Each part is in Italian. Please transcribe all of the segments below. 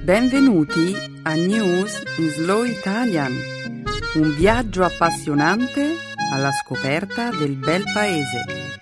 Benvenuti a News in Slow Italian, un viaggio appassionante alla scoperta del bel paese.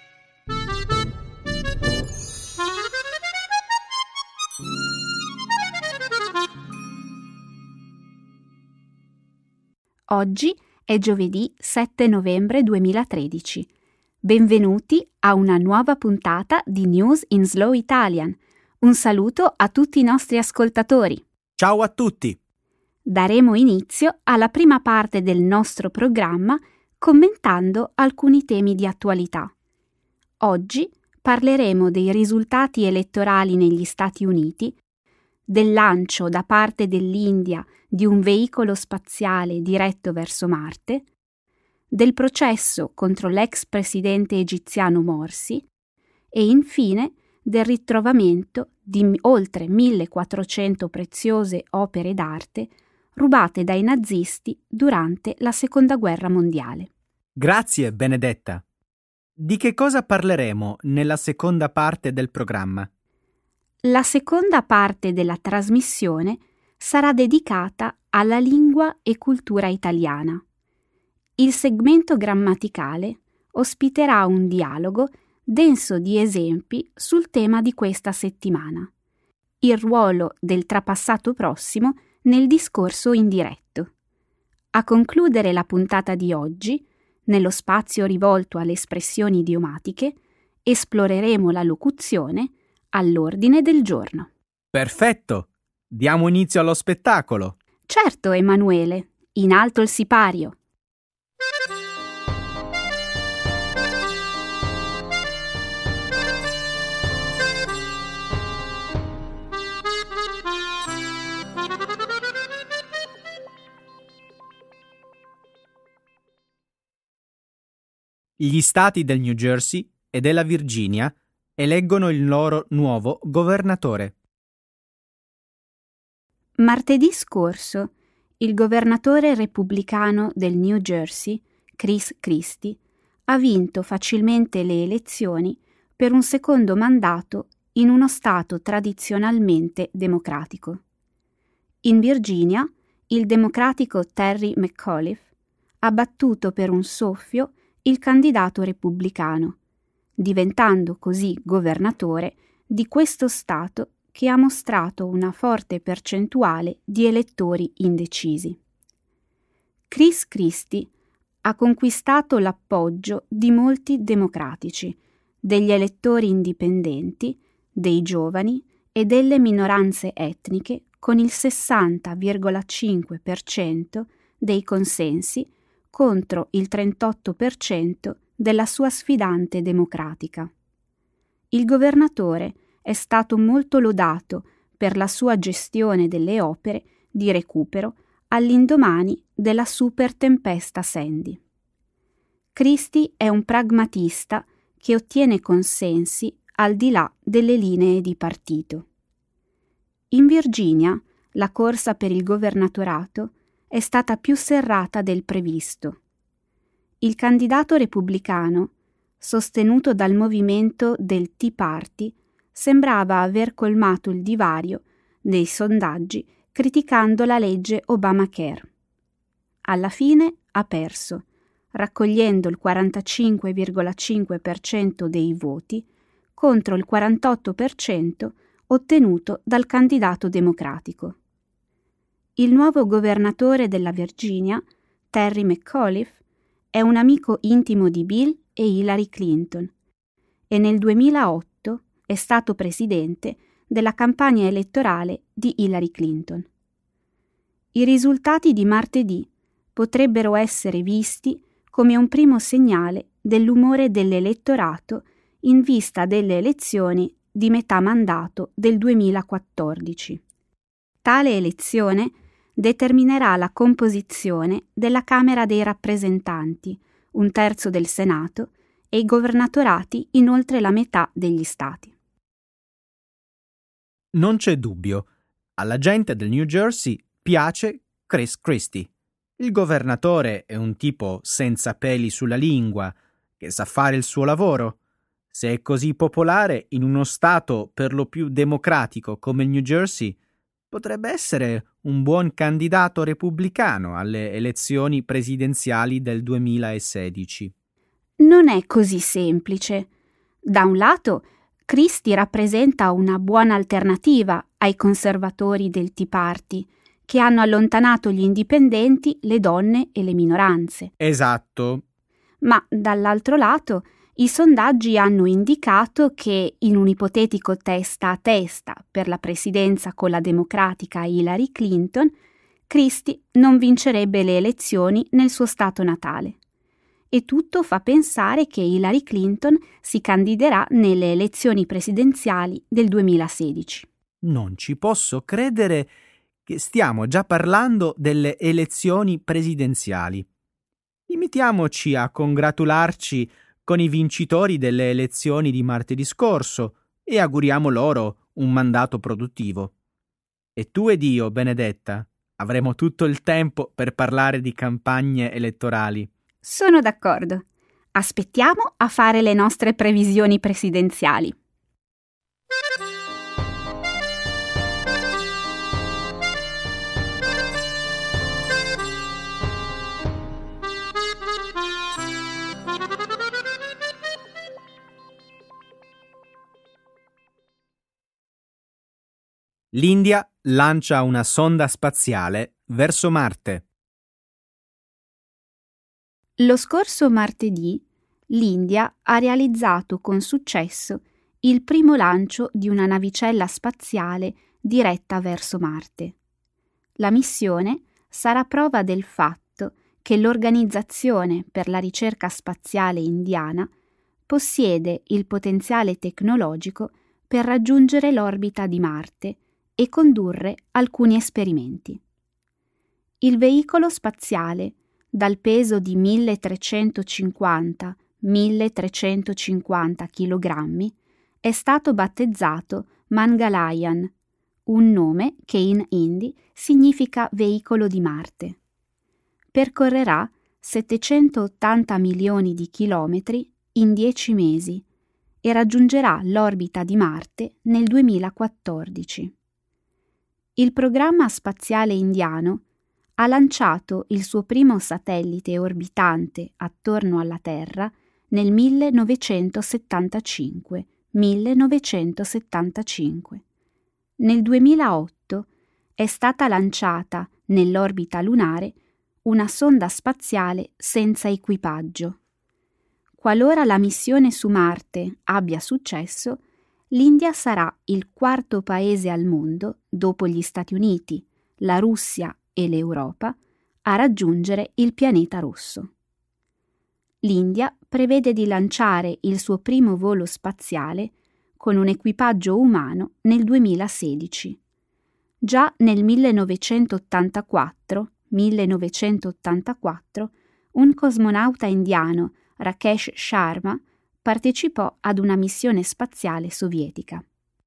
Oggi è giovedì 7 novembre 2013. Benvenuti a una nuova puntata di News in Slow Italian. Un saluto a tutti i nostri ascoltatori. Ciao a tutti! Daremo inizio alla prima parte del nostro programma commentando alcuni temi di attualità. Oggi parleremo dei risultati elettorali negli Stati Uniti, del lancio da parte dell'India di un veicolo spaziale diretto verso Marte, del processo contro l'ex presidente egiziano Morsi e infine del ritrovamento di oltre 1400 preziose opere d'arte rubate dai nazisti durante la Seconda Guerra Mondiale. Grazie, Benedetta. Di che cosa parleremo nella seconda parte del programma? La seconda parte della trasmissione sarà dedicata alla lingua e cultura italiana. Il segmento grammaticale ospiterà un dialogo denso di esempi sul tema di questa settimana: il ruolo del trapassato prossimo nel discorso indiretto. A concludere la puntata di oggi, nello spazio rivolto alle espressioni idiomatiche, esploreremo la locuzione all'ordine del giorno. Perfetto! Diamo inizio allo spettacolo! Certo, Emanuele, in alto il sipario. Gli stati del New Jersey e della Virginia eleggono il loro nuovo governatore. Martedì scorso, il governatore repubblicano del New Jersey, Chris Christie, ha vinto facilmente le elezioni per un secondo mandato in uno stato tradizionalmente democratico. In Virginia, il democratico Terry McAuliffe ha battuto per un soffio il candidato repubblicano, diventando così governatore di questo stato che ha mostrato una forte percentuale di elettori indecisi. Chris Christie ha conquistato l'appoggio di molti democratici, degli elettori indipendenti, dei giovani e delle minoranze etniche, con il 60,5% dei consensi contro il 38% della sua sfidante democratica. Il governatore è stato molto lodato per la sua gestione delle opere di recupero all'indomani della super tempesta Sandy. Christie è un pragmatista che ottiene consensi al di là delle linee di partito. In Virginia, la corsa per il governatorato è stata più serrata del previsto. Il candidato repubblicano, sostenuto dal movimento del Tea Party, sembrava aver colmato il divario nei sondaggi criticando la legge Obamacare. Alla fine ha perso, raccogliendo il 45,5% dei voti contro il 48% ottenuto dal candidato democratico. Il nuovo governatore della Virginia, Terry McAuliffe, è un amico intimo di Bill e Hillary Clinton e nel 2008 è stato presidente della campagna elettorale di Hillary Clinton. I risultati di martedì potrebbero essere visti come un primo segnale dell'umore dell'elettorato in vista delle elezioni di metà mandato del 2014. Tale elezione determinerà la composizione della Camera dei rappresentanti, un terzo del Senato e i governatorati in oltre la metà degli stati. Non c'è dubbio, alla gente del New Jersey piace Chris Christie. Il governatore è un tipo senza peli sulla lingua, che sa fare il suo lavoro. Se è così popolare in uno stato per lo più democratico come il New Jersey, potrebbe essere un buon candidato repubblicano alle elezioni presidenziali del 2016. Non è così semplice. Da un lato, Christie rappresenta una buona alternativa ai conservatori del Tea Party, che hanno allontanato gli indipendenti, le donne e le minoranze. Esatto. Ma dall'altro lato, i sondaggi hanno indicato che in un ipotetico testa a testa per la presidenza con la democratica Hillary Clinton, Christie non vincerebbe le elezioni nel suo stato natale. E tutto fa pensare che Hillary Clinton si candiderà nelle elezioni presidenziali del 2016. Non ci posso credere che stiamo già parlando delle elezioni presidenziali. Limitiamoci a congratularci con i vincitori delle elezioni di martedì scorso e auguriamo loro un mandato produttivo. E tu ed io, Benedetta, avremo tutto il tempo per parlare di campagne elettorali. Sono d'accordo. Aspettiamo a fare le nostre previsioni presidenziali. L'India lancia una sonda spaziale verso Marte. Lo scorso martedì l'India ha realizzato con successo il primo lancio di una navicella spaziale diretta verso Marte. La missione sarà prova del fatto che l'Organizzazione per la ricerca spaziale indiana possiede il potenziale tecnologico per raggiungere l'orbita di Marte e condurre alcuni esperimenti. Il veicolo spaziale, dal peso di 1350 kg, è stato battezzato Mangalyaan, un nome che in hindi significa veicolo di Marte. Percorrerà 780 milioni di chilometri in 10 mesi e raggiungerà l'orbita di Marte nel 2014. Il programma spaziale indiano ha lanciato il suo primo satellite orbitante attorno alla Terra nel 1975. Nel 2008 è stata lanciata nell'orbita lunare una sonda spaziale senza equipaggio. Qualora la missione su Marte abbia successo, l'India sarà il quarto paese al mondo, dopo gli Stati Uniti, la Russia e l'Europa, a raggiungere il pianeta rosso. L'India prevede di lanciare il suo primo volo spaziale con un equipaggio umano nel 2016. Già nel 1984, un cosmonauta indiano, Rakesh Sharma, partecipò ad una missione spaziale sovietica.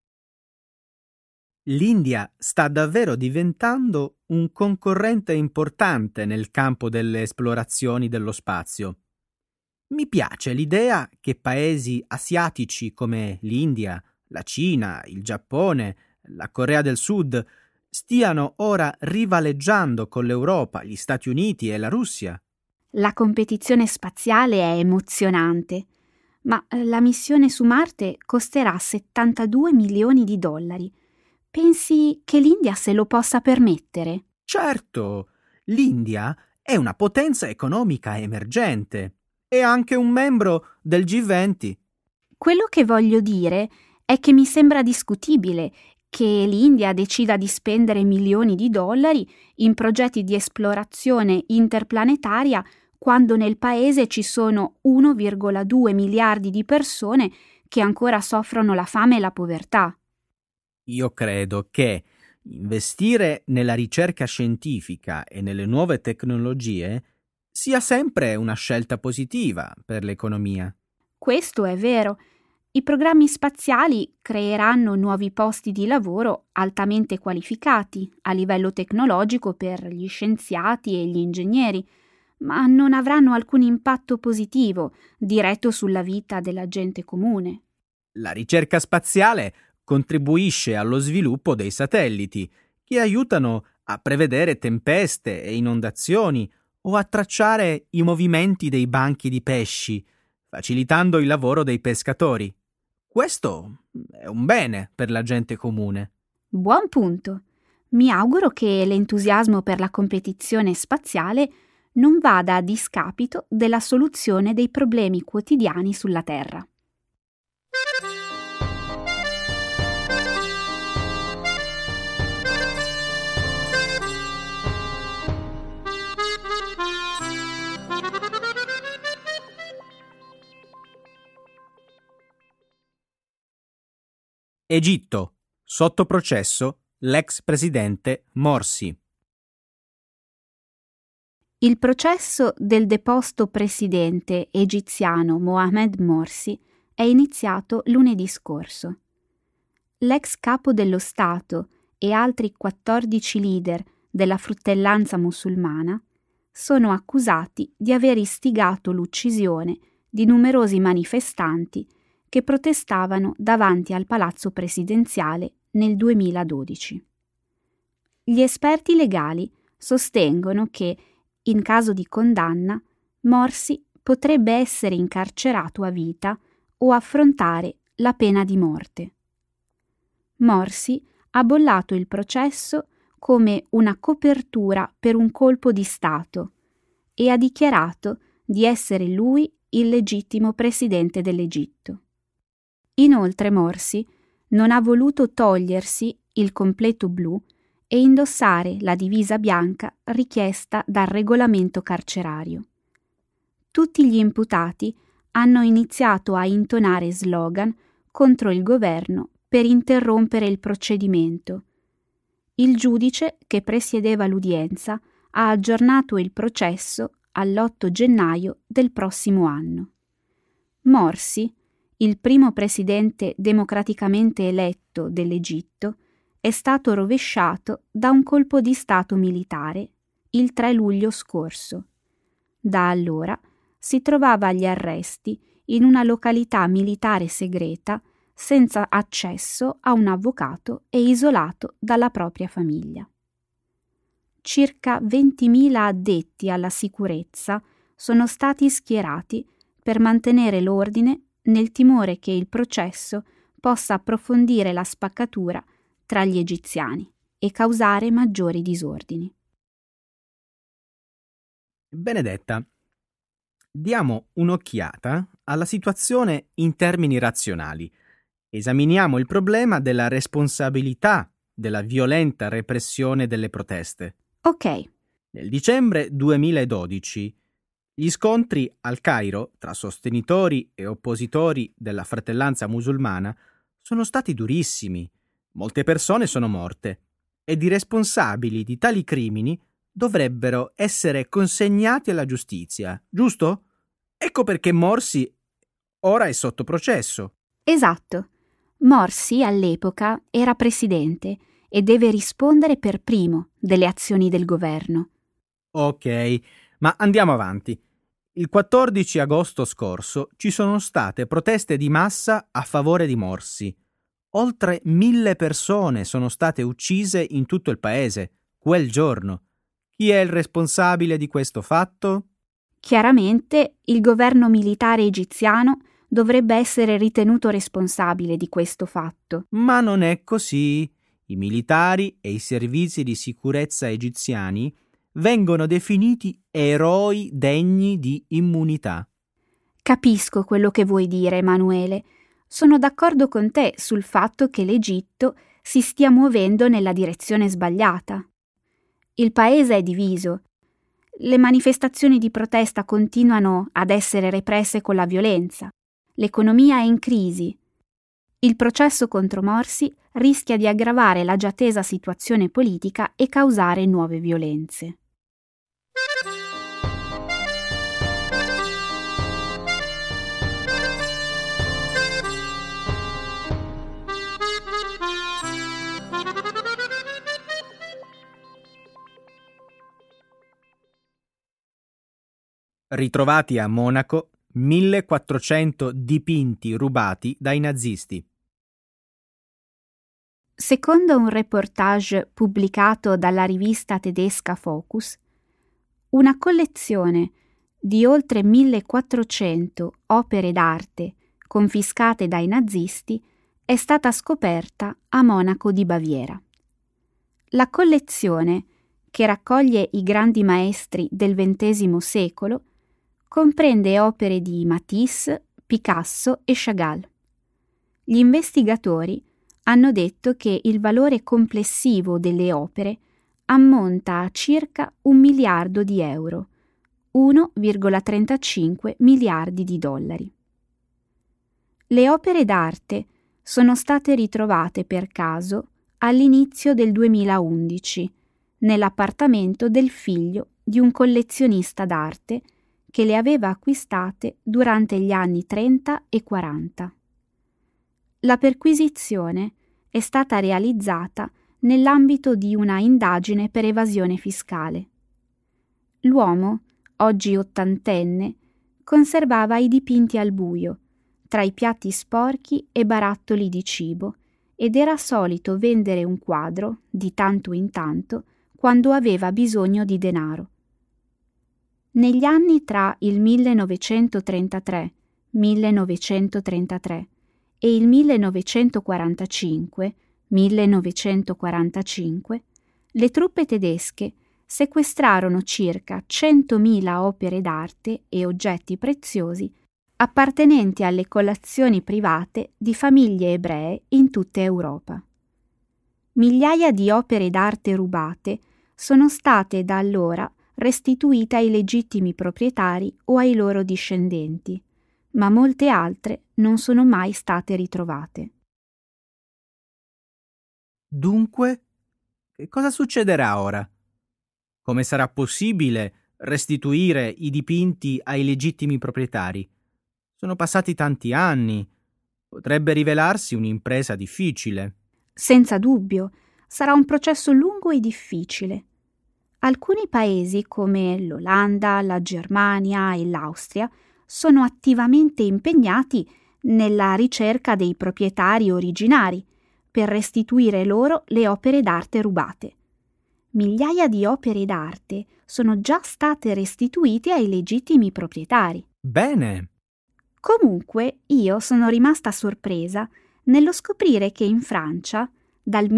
L'India sta davvero diventando un concorrente importante nel campo delle esplorazioni dello spazio. Mi piace l'idea che paesi asiatici come l'India, la Cina, il Giappone, la Corea del Sud stiano ora rivaleggiando con l'Europa, gli Stati Uniti e la Russia. La competizione spaziale è emozionante, ma la missione su Marte costerà 72 milioni di dollari. Pensi che l'India se lo possa permettere? Certo, l'India è una potenza economica emergente e anche un membro del G20. Quello che voglio dire è che mi sembra discutibile che l'India decida di spendere milioni di dollari in progetti di esplorazione interplanetaria quando nel paese ci sono 1,2 miliardi di persone che ancora soffrono la fame e la povertà. Io credo che investire nella ricerca scientifica e nelle nuove tecnologie sia sempre una scelta positiva per l'economia. Questo è vero. I programmi spaziali creeranno nuovi posti di lavoro altamente qualificati a livello tecnologico per gli scienziati e gli ingegneri, ma non avranno alcun impatto positivo diretto sulla vita della gente comune. La ricerca spaziale contribuisce allo sviluppo dei satelliti, che aiutano a prevedere tempeste e inondazioni o a tracciare i movimenti dei banchi di pesci, facilitando il lavoro dei pescatori. Questo è un bene per la gente comune. Buon punto. Mi auguro che l'entusiasmo per la competizione spaziale non vada a discapito della soluzione dei problemi quotidiani sulla Terra. Egitto. Sotto processo l'ex presidente Morsi. Il processo del deposto presidente egiziano Mohamed Morsi è iniziato lunedì scorso. L'ex capo dello Stato e altri 14 leader della fruttellanza musulmana sono accusati di aver istigato l'uccisione di numerosi manifestanti che protestavano davanti al palazzo presidenziale nel 2012. Gli esperti legali sostengono che, in caso di condanna, Morsi potrebbe essere incarcerato a vita o affrontare la pena di morte. Morsi ha bollato il processo come una copertura per un colpo di Stato e ha dichiarato di essere lui il legittimo presidente dell'Egitto. Inoltre Morsi non ha voluto togliersi il completo blu e indossare la divisa bianca richiesta dal regolamento carcerario. Tutti gli imputati hanno iniziato a intonare slogan contro il governo per interrompere il procedimento. Il giudice che presiedeva l'udienza ha aggiornato il processo all'8 gennaio del prossimo anno. Morsi, il primo presidente democraticamente eletto dell'Egitto, è stato rovesciato da un colpo di Stato militare il 3 luglio scorso. Da allora si trovava agli arresti in una località militare segreta senza accesso a un avvocato e isolato dalla propria famiglia. Circa 20.000 addetti alla sicurezza sono stati schierati per mantenere l'ordine nel timore che il processo possa approfondire la spaccatura tra gli egiziani e causare maggiori disordini. Benedetta, diamo un'occhiata alla situazione in termini razionali. Esaminiamo il problema della responsabilità della violenta repressione delle proteste. Ok. Nel dicembre 2012 gli scontri al Cairo tra sostenitori e oppositori della fratellanza musulmana sono stati durissimi. Molte persone sono morte ed i responsabili di tali crimini dovrebbero essere consegnati alla giustizia, giusto? Ecco perché Morsi ora è sotto processo. Esatto. Morsi all'epoca era presidente e deve rispondere per primo delle azioni del governo. Ok, ma andiamo avanti. Il 14 agosto scorso ci sono state proteste di massa a favore di Morsi. Oltre 1.000 persone sono state uccise in tutto il paese quel giorno. Chi è il responsabile di questo fatto? Chiaramente il governo militare egiziano dovrebbe essere ritenuto responsabile di questo fatto. Ma non è così. I militari e i servizi di sicurezza egiziani vengono definiti eroi degni di immunità. Capisco quello che vuoi dire, Emanuele. Sono d'accordo con te sul fatto che l'Egitto si stia muovendo nella direzione sbagliata. Il paese è diviso. Le manifestazioni di protesta continuano ad essere represse con la violenza. L'economia è in crisi. Il processo contro Morsi rischia di aggravare la già tesa situazione politica e causare nuove violenze. Ritrovati a Monaco 1.400 dipinti rubati dai nazisti. Secondo un reportage pubblicato dalla rivista tedesca Focus, una collezione di oltre 1400 opere d'arte confiscate dai nazisti è stata scoperta a Monaco di Baviera. La collezione, che raccoglie i grandi maestri del XX secolo, comprende opere di Matisse, Picasso e Chagall. Gli investigatori hanno detto che il valore complessivo delle opere ammonta a circa 1 miliardo di euro, 1,35 miliardi di dollari. Le opere d'arte sono state ritrovate per caso all'inizio del 2011 nell'appartamento del figlio di un collezionista d'arte che le aveva acquistate durante gli anni 30 e 40. La perquisizione è stata realizzata nell'ambito di una indagine per evasione fiscale. L'uomo, oggi ottantenne, conservava i dipinti al buio, tra i piatti sporchi e barattoli di cibo, ed era solito vendere un quadro, di tanto in tanto, quando aveva bisogno di denaro. Negli anni tra il 1933 e il 1945, le truppe tedesche sequestrarono circa 100.000 opere d'arte e oggetti preziosi appartenenti alle collezioni private di famiglie ebree in tutta Europa. Migliaia di opere d'arte rubate sono state da allora restituite ai legittimi proprietari o ai loro discendenti, ma molte altre non sono mai state ritrovate. Dunque, che cosa succederà ora? Come sarà possibile restituire i dipinti ai legittimi proprietari? Sono passati tanti anni. Potrebbe rivelarsi un'impresa difficile. Senza dubbio, sarà un processo lungo e difficile. Alcuni paesi, come l'Olanda, la Germania e l'Austria, sono attivamente impegnati nella ricerca dei proprietari originari per restituire loro le opere d'arte rubate. Migliaia di opere d'arte sono già state restituite ai legittimi proprietari. Bene! Comunque, io sono rimasta sorpresa nello scoprire che in Francia, dal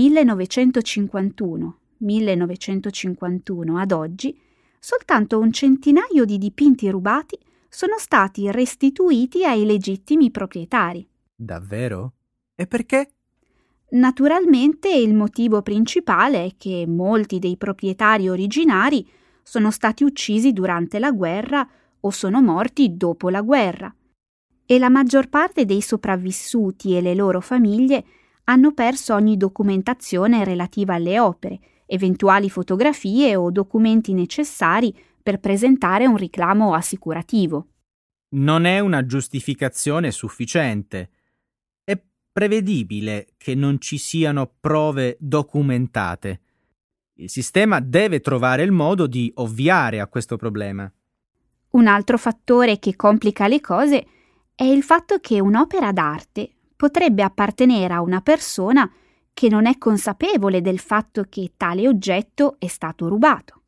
1951 ad oggi, soltanto un centinaio di dipinti rubati sono stati restituiti ai legittimi proprietari. Davvero? E perché? Naturalmente il motivo principale è che molti dei proprietari originari sono stati uccisi durante la guerra o sono morti dopo la guerra, e la maggior parte dei sopravvissuti e le loro famiglie hanno perso ogni documentazione relativa alle opere, eventuali fotografie o documenti necessari per presentare un reclamo assicurativo. Non è una giustificazione sufficiente. È prevedibile che non ci siano prove documentate. Il sistema deve trovare il modo di ovviare a questo problema. Un altro fattore che complica le cose è il fatto che un'opera d'arte potrebbe appartenere a una persona che non è consapevole del fatto che tale oggetto è stato rubato.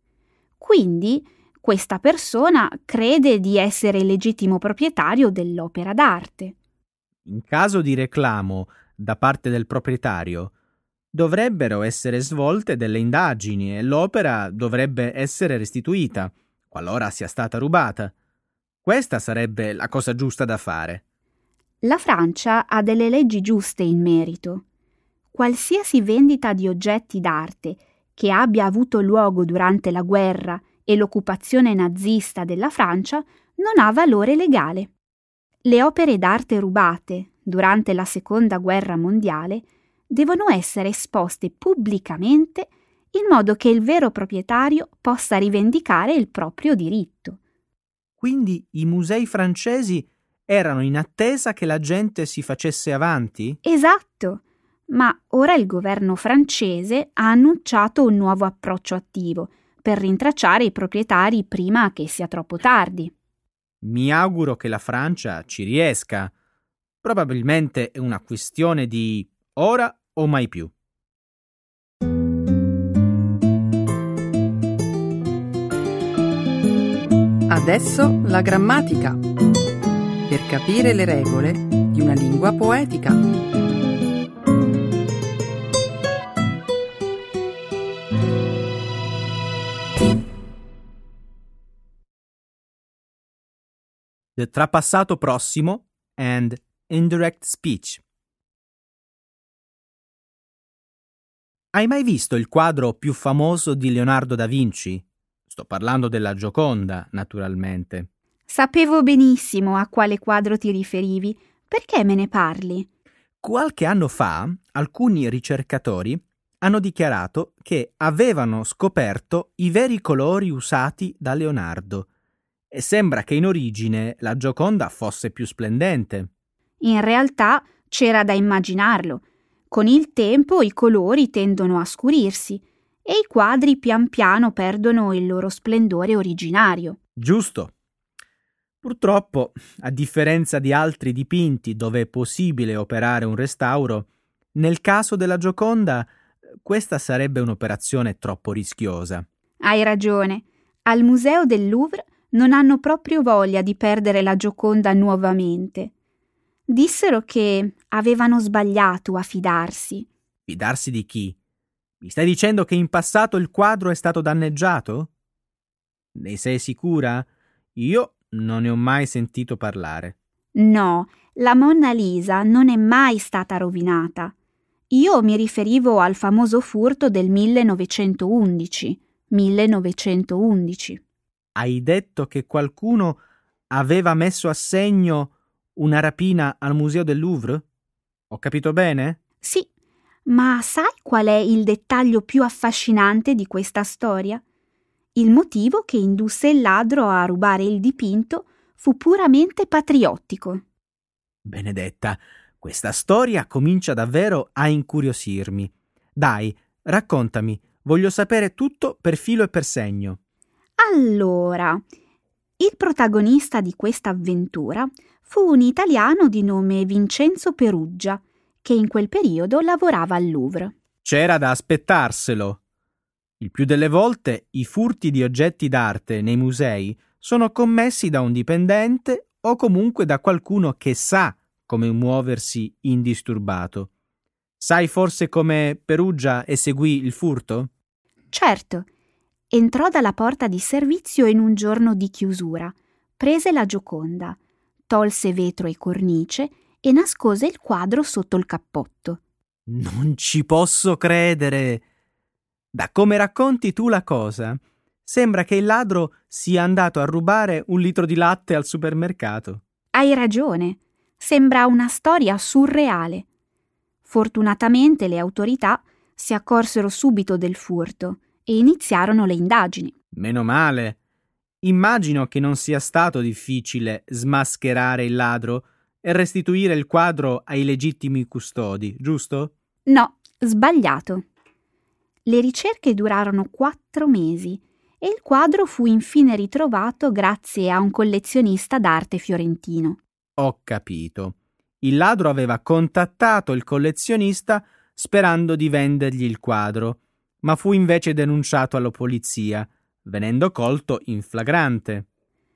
Quindi questa persona crede di essere il legittimo proprietario dell'opera d'arte. In caso di reclamo da parte del proprietario, dovrebbero essere svolte delle indagini e l'opera dovrebbe essere restituita, qualora sia stata rubata. Questa sarebbe la cosa giusta da fare. La Francia ha delle leggi giuste in merito. Qualsiasi vendita di oggetti d'arte che abbia avuto luogo durante la guerra e l'occupazione nazista della Francia non ha valore legale. Le opere d'arte rubate durante la Seconda Guerra Mondiale devono essere esposte pubblicamente in modo che il vero proprietario possa rivendicare il proprio diritto. Quindi i musei francesi erano in attesa che la gente si facesse avanti? Esatto, ma ora il governo francese ha annunciato un nuovo approccio attivo per rintracciare i proprietari prima che sia troppo tardi. Mi auguro che la Francia ci riesca. Probabilmente è una questione di ora o mai più. Adesso la grammatica, per capire le regole di una lingua poetica. The trapassato prossimo and indirect speech. Hai mai visto il quadro più famoso di Leonardo da Vinci? Sto parlando della Gioconda, naturalmente. Sapevo benissimo a quale quadro ti riferivi. Perché me ne parli? Qualche anno fa, alcuni ricercatori hanno dichiarato che avevano scoperto i veri colori usati da Leonardo e sembra che in origine la Gioconda fosse più splendente. In realtà c'era da immaginarlo. Con il tempo i colori tendono a scurirsi e i quadri pian piano perdono il loro splendore originario. Giusto. Purtroppo, a differenza di altri dipinti dove è possibile operare un restauro, nel caso della Gioconda questa sarebbe un'operazione troppo rischiosa. Hai ragione. Al Museo del Louvre non hanno proprio voglia di perdere la Gioconda nuovamente. Dissero che avevano sbagliato a fidarsi. Fidarsi di chi? Mi stai dicendo che in passato il quadro è stato danneggiato? Ne sei sicura? Io non ne ho mai sentito parlare. No, la Monna Lisa non è mai stata rovinata. Io mi riferivo al famoso furto del 1911. 1911. Hai detto che qualcuno aveva messo a segno una rapina al Museo del Louvre? Ho capito bene? Sì, ma sai qual è il dettaglio più affascinante di questa storia? Il motivo che indusse il ladro a rubare il dipinto fu puramente patriottico. Benedetta, questa storia comincia davvero a incuriosirmi. Dai, raccontami, voglio sapere tutto per filo e per segno. Allora, il protagonista di questa avventura fu un italiano di nome Vincenzo Peruggia, che in quel periodo lavorava al Louvre. C'era da aspettarselo. Il più delle volte i furti di oggetti d'arte nei musei sono commessi da un dipendente o comunque da qualcuno che sa come muoversi indisturbato. Sai forse come Peruggia eseguì il furto? Certo, entrò dalla porta di servizio in un giorno di chiusura, prese la Gioconda, tolse vetro e cornice e nascose il quadro sotto il cappotto. Non ci posso credere! Da come racconti tu la cosa, sembra che il ladro sia andato a rubare un litro di latte al supermercato. Hai ragione, sembra una storia surreale. Fortunatamente le autorità si accorsero subito del furto e iniziarono le indagini. Meno male. Immagino che non sia stato difficile smascherare il ladro e restituire il quadro ai legittimi custodi, giusto? No, sbagliato. Le ricerche durarono 4 mesi e il quadro fu infine ritrovato grazie a un collezionista d'arte fiorentino. Ho capito. Il ladro aveva contattato il collezionista sperando di vendergli il quadro, ma fu invece denunciato alla polizia, venendo colto in flagrante.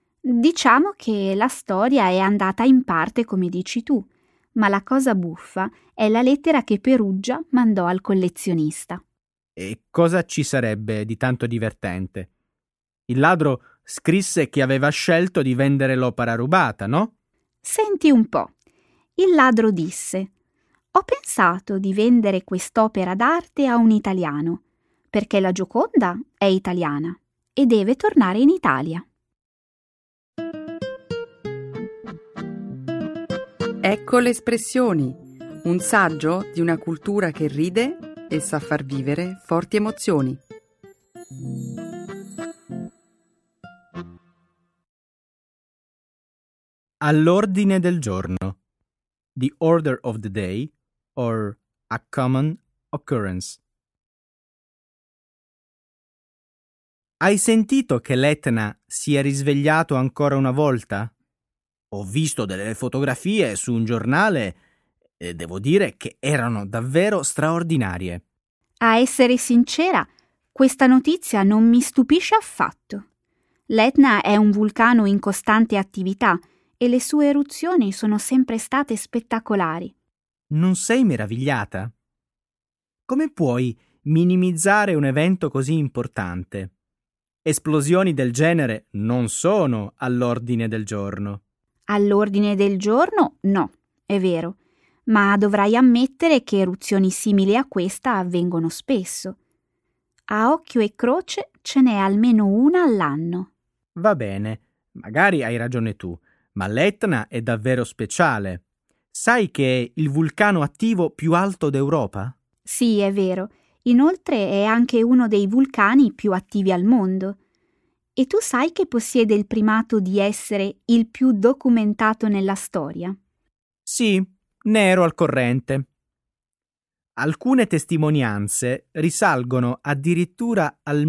Diciamo che la storia è andata in parte come dici tu, ma la cosa buffa è la lettera che Peruggia mandò al collezionista. E cosa ci sarebbe di tanto divertente? Il ladro scrisse che aveva scelto di vendere l'opera rubata, no? Senti un po'. Il ladro disse: «Ho pensato di vendere quest'opera d'arte a un italiano, perché la Gioconda è italiana e deve tornare in Italia». Ecco le espressioni, un saggio di una cultura che ride e sa far vivere forti emozioni. All'ordine del giorno. The order of the day or a common occurrence. Hai sentito che l'Etna si è risvegliato ancora una volta? Ho visto delle fotografie su un giornale e devo dire che erano davvero straordinarie. A essere sincera, questa notizia non mi stupisce affatto. L'Etna è un vulcano in costante attività e le sue eruzioni sono sempre state spettacolari. Non sei meravigliata? Come puoi minimizzare un evento così importante? Esplosioni del genere non sono all'ordine del giorno. All'ordine del giorno no, è vero, ma dovrai ammettere che eruzioni simili a questa avvengono spesso. A occhio e croce ce n'è almeno una all'anno. Va bene, magari hai ragione tu, ma l'Etna è davvero speciale. Sai che è il vulcano attivo più alto d'Europa? Sì, è vero. Inoltre è anche uno dei vulcani più attivi al mondo. E tu sai che possiede il primato di essere il più documentato nella storia? Sì, ne ero al corrente. Alcune testimonianze risalgono addirittura al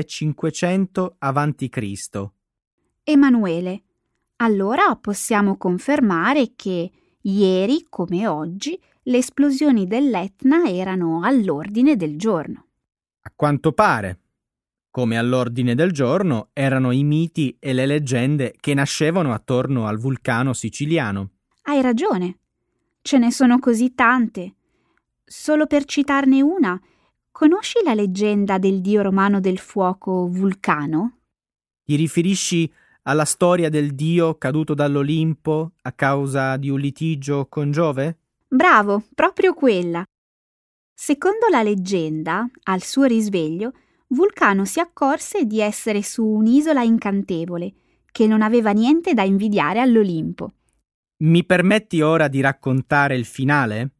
1500 a.C. Emanuele, allora possiamo confermare che ieri, come oggi, le esplosioni dell'Etna erano all'ordine del giorno. A quanto pare. Come all'ordine del giorno erano i miti e le leggende che nascevano attorno al vulcano siciliano. Hai ragione. Ce ne sono così tante. Solo per citarne una, conosci la leggenda del dio romano del fuoco Vulcano? Ti riferisci alla storia del dio caduto dall'Olimpo a causa di un litigio con Giove? Bravo, proprio quella. Secondo la leggenda, al suo risveglio, Vulcano si accorse di essere su un'isola incantevole, che non aveva niente da invidiare all'Olimpo. Mi permetti ora di raccontare il finale?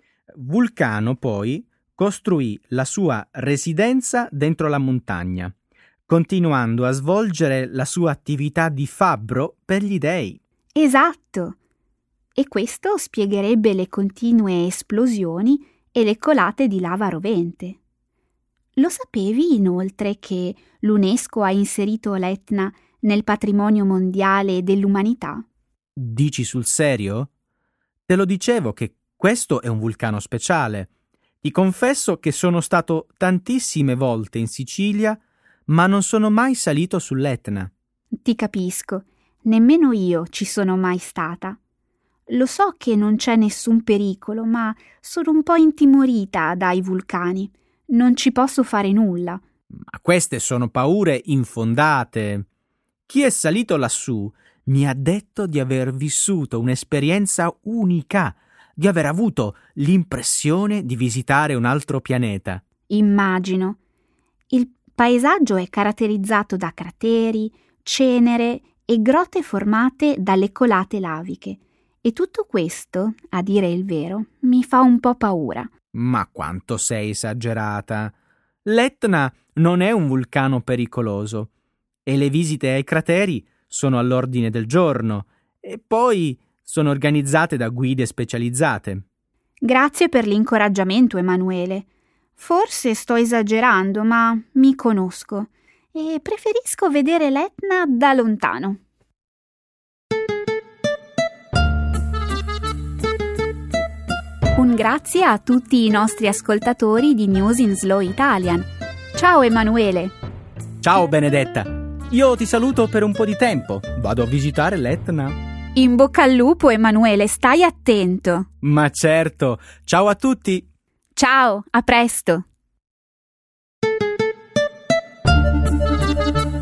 Vulcano poi costruì la sua residenza dentro la montagna, continuando a svolgere la sua attività di fabbro per gli dei. Esatto! E questo spiegherebbe le continue esplosioni e le colate di lava rovente. Lo sapevi inoltre che l'UNESCO ha inserito l'Etna nel patrimonio mondiale dell'umanità? Dici sul serio? Te lo dicevo che questo è un vulcano speciale. Ti confesso che sono stato tantissime volte in Sicilia, ma non sono mai salito sull'Etna. Ti capisco, nemmeno io ci sono mai stata. Lo so che non c'è nessun pericolo, ma sono un po' intimorita dai vulcani. Non ci posso fare nulla. Ma queste sono paure infondate. Chi è salito lassù mi ha detto di aver vissuto un'esperienza unica, di aver avuto l'impressione di visitare un altro pianeta. Immagino. Il paesaggio è caratterizzato da crateri, cenere e grotte formate dalle colate laviche. E tutto questo, a dire il vero, mi fa un po' paura. Ma quanto sei esagerata! L'Etna non è un vulcano pericoloso e le visite ai crateri sono all'ordine del giorno e poi sono organizzate da guide specializzate. Grazie per l'incoraggiamento, Emanuele. Forse sto esagerando, ma mi conosco e preferisco vedere l'Etna da lontano. Un grazie a tutti i nostri ascoltatori di News in Slow Italian. Ciao Emanuele. Ciao Benedetta. Io ti saluto per un po' di tempo. Vado a visitare l'Etna. In bocca al lupo, Emanuele, stai attento. Ma certo. Ciao a tutti. Ciao, a presto.